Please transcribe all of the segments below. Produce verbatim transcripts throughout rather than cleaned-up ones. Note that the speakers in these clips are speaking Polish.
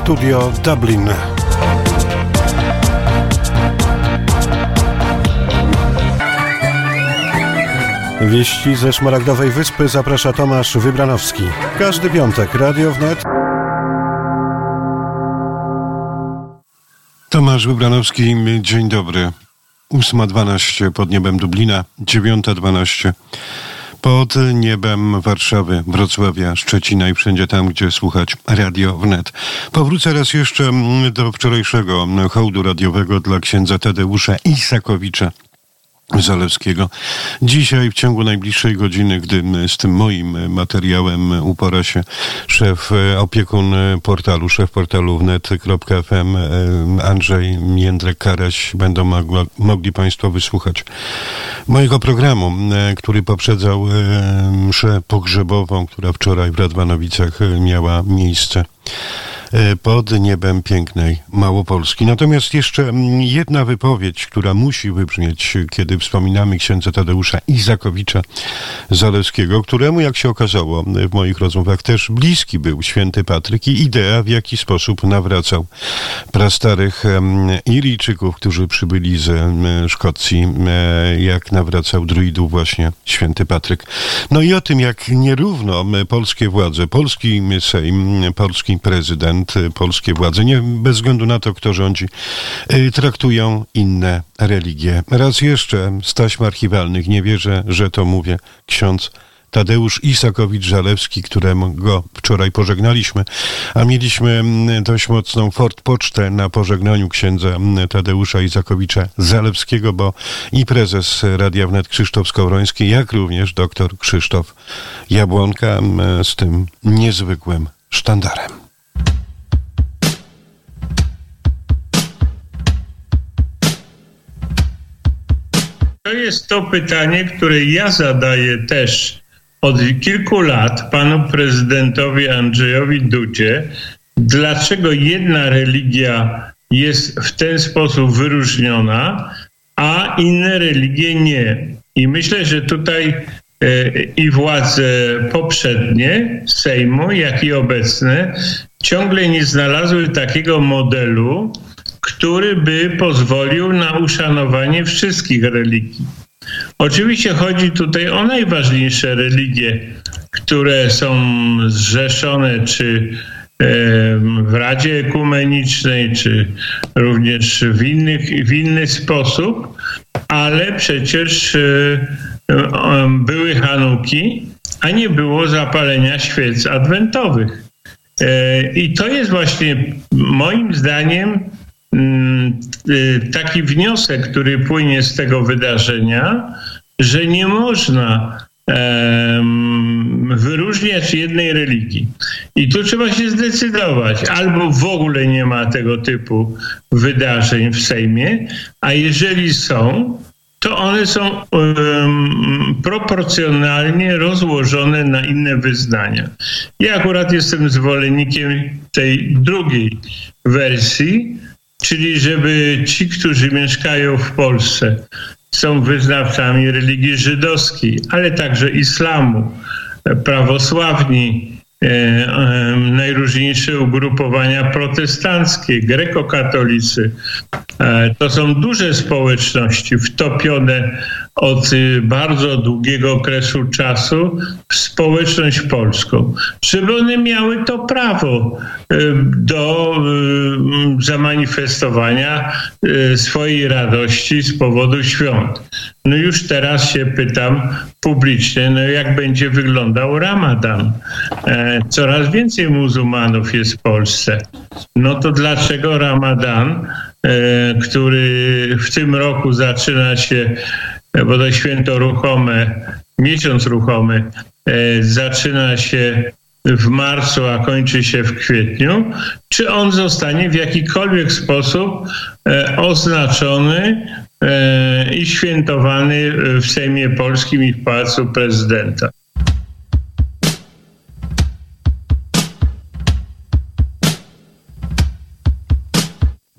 Studio Dublin. Wieści ze Szmaragdowej Wyspy zaprasza Tomasz Wybranowski. Każdy piątek Radio Wnet. Tomasz Wybranowski, dzień dobry. ósma dwanaście pod niebem Dublina, dziewiąta dwanaście pod niebem Warszawy, Wrocławia, Szczecina i wszędzie tam, gdzie słuchać Radio Wnet. Powrócę raz jeszcze do wczorajszego hołdu radiowego dla księdza Tadeusza Isakowicza Zalewskiego. Dzisiaj w ciągu najbliższej godziny, gdy z tym moim materiałem upora się szef, opiekun portalu, szef portalu wnet kropka f m Andrzej Jędrek-Karaś, będą mogli, mogli Państwo wysłuchać mojego programu, który poprzedzał mszę pogrzebową, która wczoraj w Radwanowicach miała miejsce pod niebem pięknej Małopolski. Natomiast jeszcze jedna wypowiedź, która musi wybrzmieć, kiedy wspominamy księdza Tadeusza Isakowicza Zalewskiego, któremu, jak się okazało w moich rozmowach, też bliski był święty Patryk i idea, w jaki sposób nawracał prastarych Irijczyków, którzy przybyli ze Szkocji, jak nawracał druidów właśnie święty Patryk. No i o tym, jak nierówno polskie władze, polski Sejm, polski prezydent, polskie władze, nie bez względu na to, kto rządzi, traktują inne religie. Raz jeszcze z taśm archiwalnych, nie wierzę, że to mówię, ksiądz Tadeusz Isakowicz-Zalewski, którego wczoraj pożegnaliśmy, a mieliśmy dość mocną fortpocztę na pożegnaniu księdza Tadeusza Isakowicza-Zalewskiego, bo i prezes Radia Wnet Krzysztof Skowroński, jak również doktor Krzysztof Jabłonka z tym niezwykłym sztandarem. To jest to pytanie, które ja zadaję też od kilku lat panu prezydentowi Andrzejowi Dudzie. Dlaczego jedna religia jest w ten sposób wyróżniona, a inne religie nie? I myślę, że tutaj i władze poprzednie Sejmu, jak i obecne ciągle nie znalazły takiego modelu, który by pozwolił na uszanowanie wszystkich religii. Oczywiście chodzi tutaj o najważniejsze religie, które są zrzeszone czy w Radzie Ekumenicznej, czy również w, innych, w inny sposób, ale przecież były Hanuki, a nie było zapalenia świec adwentowych. I to jest właśnie moim zdaniem taki wniosek, który płynie z tego wydarzenia, że nie można wyróżniać jednej religii. I tu trzeba się zdecydować. Albo w ogóle nie ma tego typu wydarzeń w Sejmie, a jeżeli są, to one są um, proporcjonalnie rozłożone na inne wyznania. Ja akurat jestem zwolennikiem tej drugiej wersji, czyli żeby ci, którzy mieszkają w Polsce, są wyznawcami religii żydowskiej, ale także islamu, prawosławni, e, e, najróżniejsze ugrupowania protestanckie, grekokatolicy. E, to są duże społeczności wtopione od bardzo długiego okresu czasu w społeczność polską, żeby one miały to prawo do zamanifestowania swojej radości z powodu świąt. No już teraz się pytam publicznie, no jak będzie wyglądał Ramadan? Coraz więcej muzułmanów jest w Polsce. No to dlaczego Ramadan, który w tym roku zaczyna się, bo to święto ruchome, miesiąc ruchomy, zaczyna się w marcu, a kończy się w kwietniu, czy on zostanie w jakikolwiek sposób oznaczony i świętowany w Sejmie Polskim i w Pałacu Prezydenta?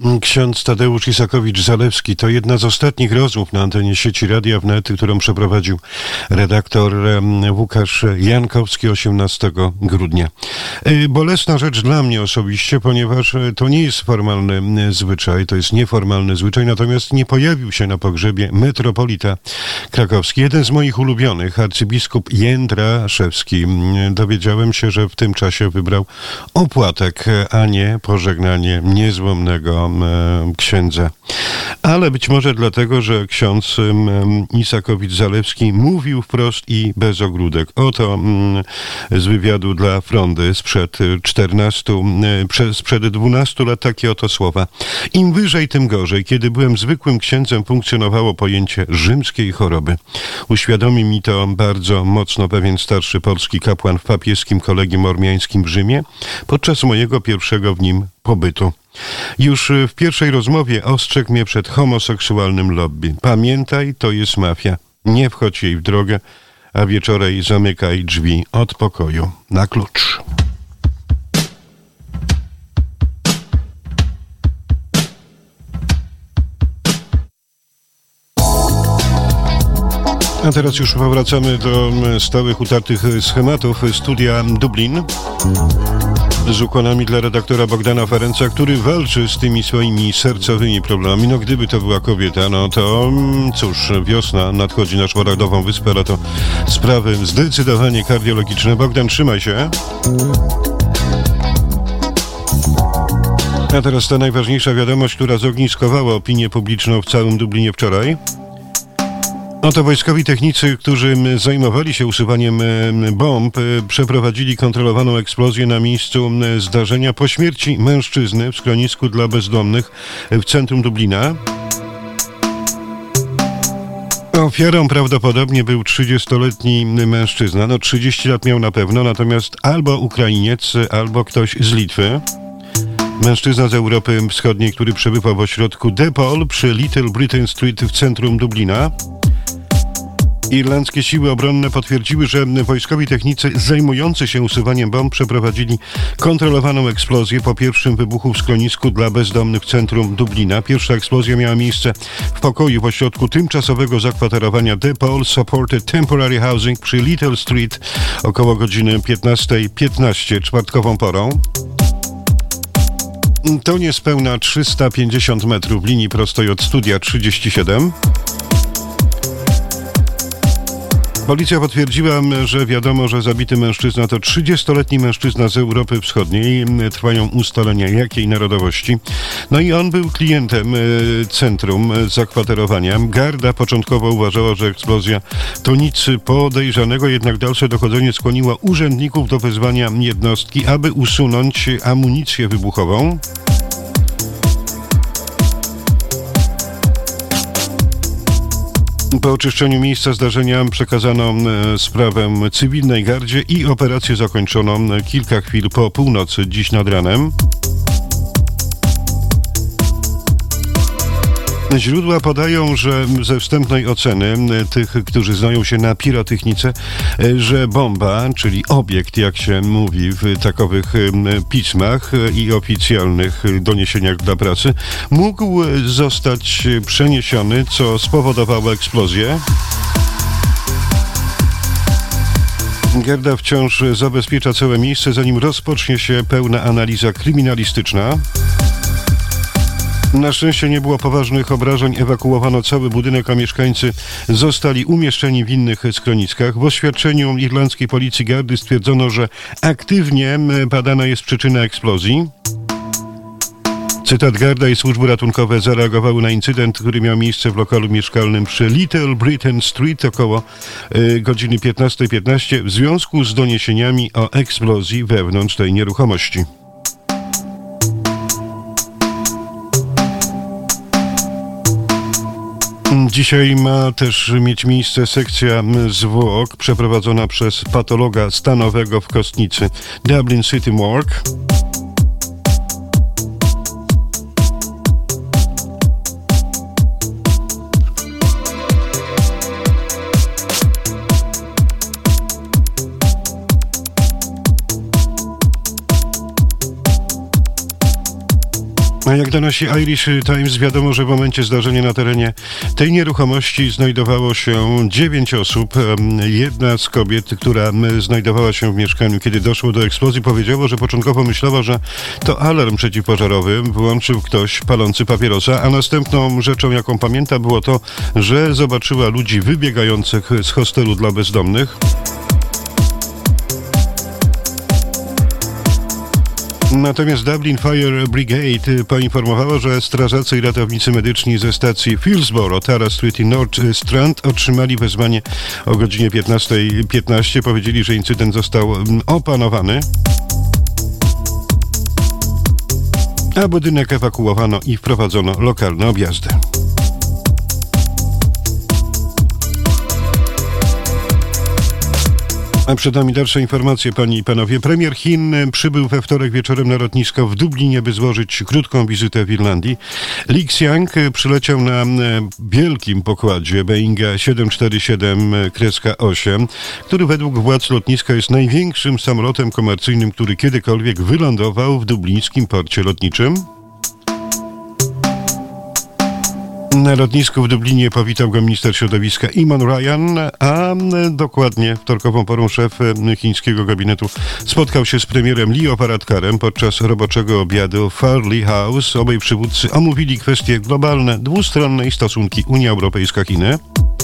Ksiądz Tadeusz Isakowicz-Zalewski to jedna z ostatnich rozmów na antenie sieci Radia Wnet, którą przeprowadził redaktor Łukasz Jankowski osiemnastego grudnia. Bolesna rzecz dla mnie osobiście, ponieważ to nie jest formalny zwyczaj, to jest nieformalny zwyczaj, natomiast nie pojawił się na pogrzebie metropolita krakowski. Jeden z moich ulubionych, arcybiskup Jędraszewski. Dowiedziałem się, że w tym czasie wybrał opłatek, a nie pożegnanie niezłomnego księdza. Ale być może dlatego, że ksiądz Isakowicz-Zalewski mówił wprost i bez ogródek. Oto z wywiadu dla Frondy sprzed czternastu, sprzed dwunastu lat takie oto słowa. Im wyżej, tym gorzej. Kiedy byłem zwykłym księdzem, funkcjonowało pojęcie rzymskiej choroby. Uświadomił mi to bardzo mocno pewien starszy polski kapłan w papieskim kolegium ormiańskim w Rzymie podczas mojego pierwszego w nim pobytu. Już w pierwszej rozmowie ostrzegł mnie przed homoseksualnym lobby. Pamiętaj, to jest mafia. Nie wchodź jej w drogę, a wieczorem zamykaj drzwi od pokoju na klucz. A teraz już powracamy do stałych, utartych schematów Studia Dublin z ukłonami dla redaktora Bogdana Ferenca, który walczy z tymi swoimi sercowymi problemami. No gdyby to była kobieta, no to cóż, wiosna nadchodzi na Szmaragdową Wyspę, ale to sprawy zdecydowanie kardiologiczne. Bogdan, trzymaj się. A teraz ta najważniejsza wiadomość, która zogniskowała opinię publiczną w całym Dublinie wczoraj. Oto wojskowi technicy, którzy zajmowali się usuwaniem bomb, przeprowadzili kontrolowaną eksplozję na miejscu zdarzenia po śmierci mężczyzny w schronisku dla bezdomnych w centrum Dublina. Ofiarą prawdopodobnie był trzydziestoletni mężczyzna. No trzydzieści lat miał na pewno, natomiast albo Ukrainiec, albo ktoś z Litwy. Mężczyzna z Europy Wschodniej, który przebywał w ośrodku Depol przy Little Britain Street w centrum Dublina. Irlandzkie siły obronne potwierdziły, że wojskowi technicy zajmujący się usuwaniem bomb przeprowadzili kontrolowaną eksplozję po pierwszym wybuchu w schronisku dla bezdomnych w centrum Dublina. Pierwsza eksplozja miała miejsce w pokoju w ośrodku tymczasowego zakwaterowania Depol Supported Temporary Housing przy Little Street około godziny piętnasta piętnaście czwartkową porą. To niespełna trzysta pięćdziesiąt metrów linii prostej od Studia trzydzieści siedem. Policja potwierdziła, że wiadomo, że zabity mężczyzna to trzydziestoletni mężczyzna z Europy Wschodniej. Trwają ustalenia jakiej narodowości. No i on był klientem centrum zakwaterowania. Garda początkowo uważała, że eksplozja to nic podejrzanego, jednak dalsze dochodzenie skłoniło urzędników do wezwania jednostki, aby usunąć amunicję wybuchową. Po oczyszczeniu miejsca zdarzenia przekazano e, sprawę cywilnej gardzie i operację zakończono kilka chwil po północy dziś nad ranem. Źródła podają, że ze wstępnej oceny tych, którzy znają się na pirotechnice, że bomba, czyli obiekt, jak się mówi w takowych pismach i oficjalnych doniesieniach dla prasy, mógł zostać przeniesiony, co spowodowało eksplozję. Garda wciąż zabezpiecza całe miejsce, zanim rozpocznie się pełna analiza kryminalistyczna. Na szczęście nie było poważnych obrażeń, ewakuowano cały budynek, a mieszkańcy zostali umieszczeni w innych schroniskach. W oświadczeniu irlandzkiej policji gardy stwierdzono, że aktywnie badana jest przyczyna eksplozji. Cytat: garda i służby ratunkowe zareagowały na incydent, który miał miejsce w lokalu mieszkalnym przy Little Britain Street około y, godziny piętnasta piętnaście w związku z doniesieniami o eksplozji wewnątrz tej nieruchomości. Dzisiaj ma też mieć miejsce sekcja zwłok przeprowadzona przez patologa stanowego w kostnicy Dublin City Morgue. A jak donosi Irish Times, wiadomo, że w momencie zdarzenia na terenie tej nieruchomości znajdowało się dziewięć osób. Jedna z kobiet, która znajdowała się w mieszkaniu, kiedy doszło do eksplozji, powiedziała, że początkowo myślała, że to alarm przeciwpożarowy wyłączył ktoś palący papierosa, a następną rzeczą, jaką pamięta, było to, że zobaczyła ludzi wybiegających z hostelu dla bezdomnych. Natomiast Dublin Fire Brigade poinformowała, że strażacy i ratownicy medyczni ze stacji Hillsborough, Tara Street i North Strand otrzymali wezwanie o godzinie piętnasta piętnaście. Powiedzieli, że incydent został opanowany, a budynek ewakuowano i wprowadzono lokalne objazdy. A przed nami dalsze informacje, panie i panowie. Premier Chin przybył we wtorek wieczorem na lotnisko w Dublinie, by złożyć krótką wizytę w Irlandii. Li Xiang przyleciał na wielkim pokładzie Boeinga siedem cztery siedem osiem, który według władz lotniska jest największym samolotem komercyjnym, który kiedykolwiek wylądował w dublińskim porcie lotniczym. Na lotnisku w Dublinie powitał go minister środowiska Eamon Ryan, a dokładnie wtorkową porą szef chińskiego gabinetu spotkał się z premierem Leo Varadkarem podczas roboczego obiadu w Farley House. Obaj przywódcy omówili kwestie globalne, dwustronne i stosunki Unia Europejska-Chiny.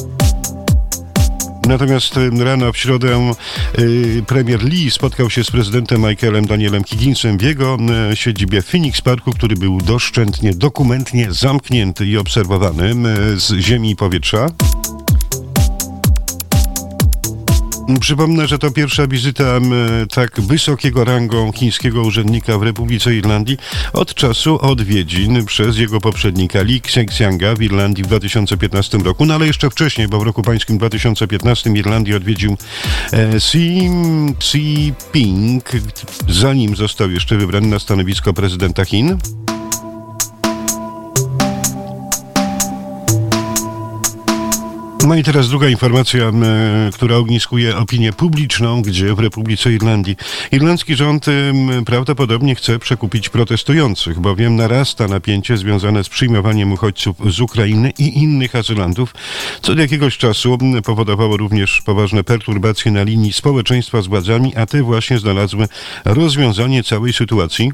Natomiast rano w środę y, premier Lee spotkał się z prezydentem Michaelem Danielem Higginsem w jego y, siedzibie w Phoenix Parku, który był doszczętnie, dokumentnie zamknięty i obserwowany y, z ziemi i powietrza. Przypomnę, że to pierwsza wizyta tak wysokiego rangą chińskiego urzędnika w Republice Irlandii od czasu odwiedzin przez jego poprzednika Li Xianga w Irlandii w dwa tysiące piętnastym roku, no ale jeszcze wcześniej, bo w roku pańskim dwa tysiące piętnastym Irlandię odwiedził e, Xi Jinping, zanim został jeszcze wybrany na stanowisko prezydenta Chin. No i teraz druga informacja, e, która ogniskuje opinię publiczną, gdzie w Republice Irlandii irlandzki rząd e, prawdopodobnie chce przekupić protestujących, bowiem narasta napięcie związane z przyjmowaniem uchodźców z Ukrainy i innych azylantów, co od jakiegoś czasu powodowało również poważne perturbacje na linii społeczeństwa z władzami, a te właśnie znalazły rozwiązanie całej sytuacji.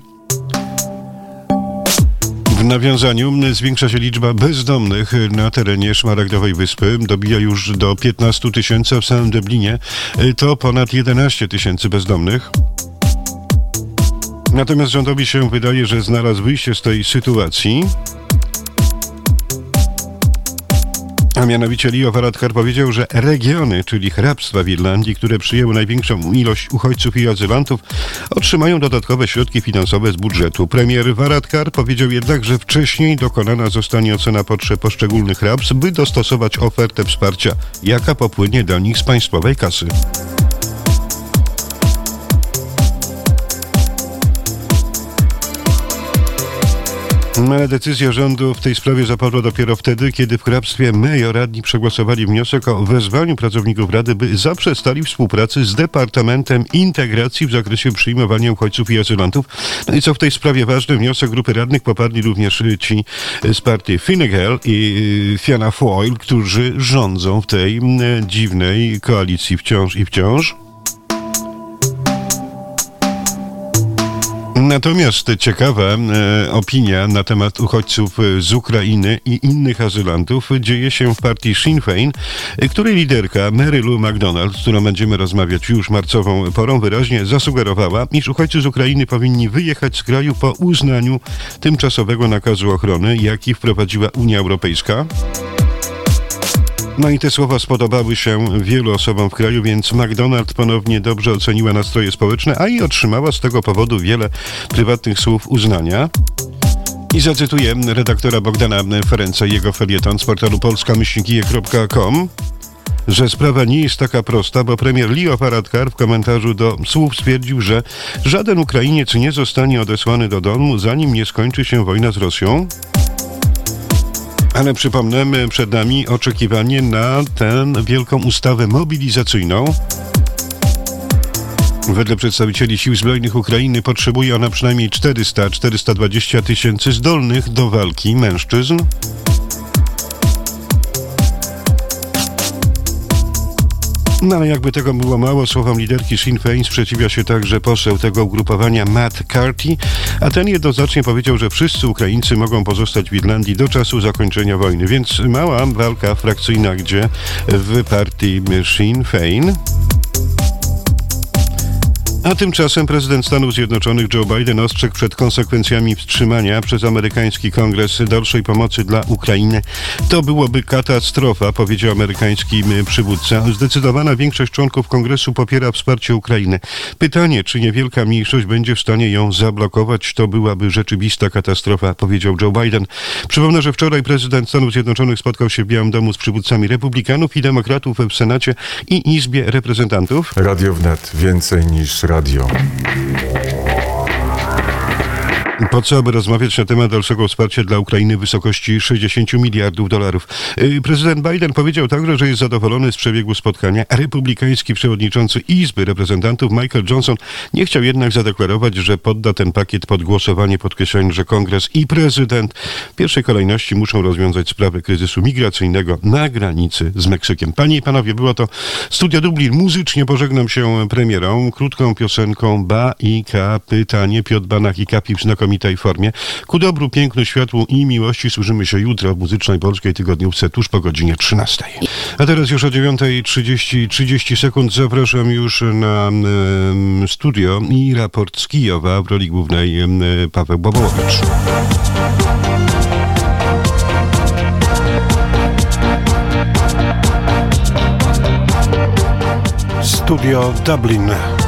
W nawiązaniu zwiększa się liczba bezdomnych na terenie Szmaragdowej Wyspy. Dobija już do piętnastu tysięcy, a w samym Dublinie to ponad jedenaście tysięcy bezdomnych. Natomiast rządowi się wydaje, że znalazł wyjście z tej sytuacji. A mianowicie Leo Varadkar powiedział, że regiony, czyli hrabstwa w Irlandii, które przyjęły największą ilość uchodźców i azylantów, otrzymają dodatkowe środki finansowe z budżetu. Premier Varadkar powiedział jednak, że wcześniej dokonana zostanie ocena potrzeb poszczególnych hrabstw, by dostosować ofertę wsparcia, jaka popłynie do nich z państwowej kasy. Ale decyzja rządu w tej sprawie zapadła dopiero wtedy, kiedy w hrabstwie Mayo radni przegłosowali wniosek o wezwaniu pracowników Rady, by zaprzestali współpracy z Departamentem Integracji w zakresie przyjmowania uchodźców i azylantów. No i co w tej sprawie ważne, wniosek grupy radnych poparli również ci z partii Fine Gael i Fianna Fáil, którzy rządzą w tej dziwnej koalicji wciąż i wciąż. Natomiast ciekawa e, opinia na temat uchodźców z Ukrainy i innych azylantów dzieje się w partii Sinn Féin, której liderka Mary Lou McDonald, z którą będziemy rozmawiać już marcową porą, wyraźnie zasugerowała, iż uchodźcy z Ukrainy powinni wyjechać z kraju po uznaniu tymczasowego nakazu ochrony, jaki wprowadziła Unia Europejska. No i te słowa spodobały się wielu osobom w kraju, więc McDonald ponownie dobrze oceniła nastroje społeczne, a i otrzymała z tego powodu wiele prywatnych słów uznania. I zacytuję redaktora Bogdana Ferenca i jego felieton z portalu polska myślnik i e kropka com, że sprawa nie jest taka prosta, bo premier Leo Varadkar w komentarzu do słów stwierdził, że żaden Ukrainiec nie zostanie odesłany do domu, zanim nie skończy się wojna z Rosją. Ale przypomnę, przed nami oczekiwanie na tę wielką ustawę mobilizacyjną. Wedle przedstawicieli Sił Zbrojnych Ukrainy potrzebuje ona przynajmniej czterysta do czterystu dwudziestu tysięcy zdolnych do walki mężczyzn. No ale jakby tego było mało, słowom liderki Sinn Féin sprzeciwia się także poseł tego ugrupowania Matt Carthy, a ten jednoznacznie powiedział, że wszyscy Ukraińcy mogą pozostać w Irlandii do czasu zakończenia wojny. Więc mała walka frakcyjna, gdzie w partii Sinn Féin. A tymczasem prezydent Stanów Zjednoczonych Joe Biden ostrzegł przed konsekwencjami wstrzymania przez amerykański kongres dalszej pomocy dla Ukrainy. To byłoby katastrofa, powiedział amerykański przywódca. Zdecydowana większość członków kongresu popiera wsparcie Ukrainy. Pytanie, czy niewielka mniejszość będzie w stanie ją zablokować, to byłaby rzeczywista katastrofa, powiedział Joe Biden. Przypomnę, że wczoraj prezydent Stanów Zjednoczonych spotkał się w Białym Domu z przywódcami republikanów i demokratów w Senacie i Izbie Reprezentantów. Radio Wnet. Więcej niż radio. Po co, aby rozmawiać na temat dalszego wsparcia dla Ukrainy w wysokości sześćdziesięciu miliardów dolarów. Prezydent Biden powiedział także, że jest zadowolony z przebiegu spotkania. Republikański przewodniczący Izby Reprezentantów Michael Johnson nie chciał jednak zadeklarować, że podda ten pakiet pod głosowanie, podkreślając, że kongres i prezydent w pierwszej kolejności muszą rozwiązać sprawę kryzysu migracyjnego na granicy z Meksykiem. Panie i panowie, było to Studio Dublin. Muzycznie pożegnam się premierą, krótką piosenką Ba i Ka, pytanie, Piotr Banach i Kapi w znakomitej formie. Ku dobru, pięknu, światłu i miłości służymy się jutro w Muzycznej Polskiej Tygodniówce tuż po godzinie trzynastej. A teraz już o dziewiątej trzydzieści sekund zapraszam już na e, studio i raport z Kijowa w roli głównej e, Paweł Bobołowicz. Studio Dublin.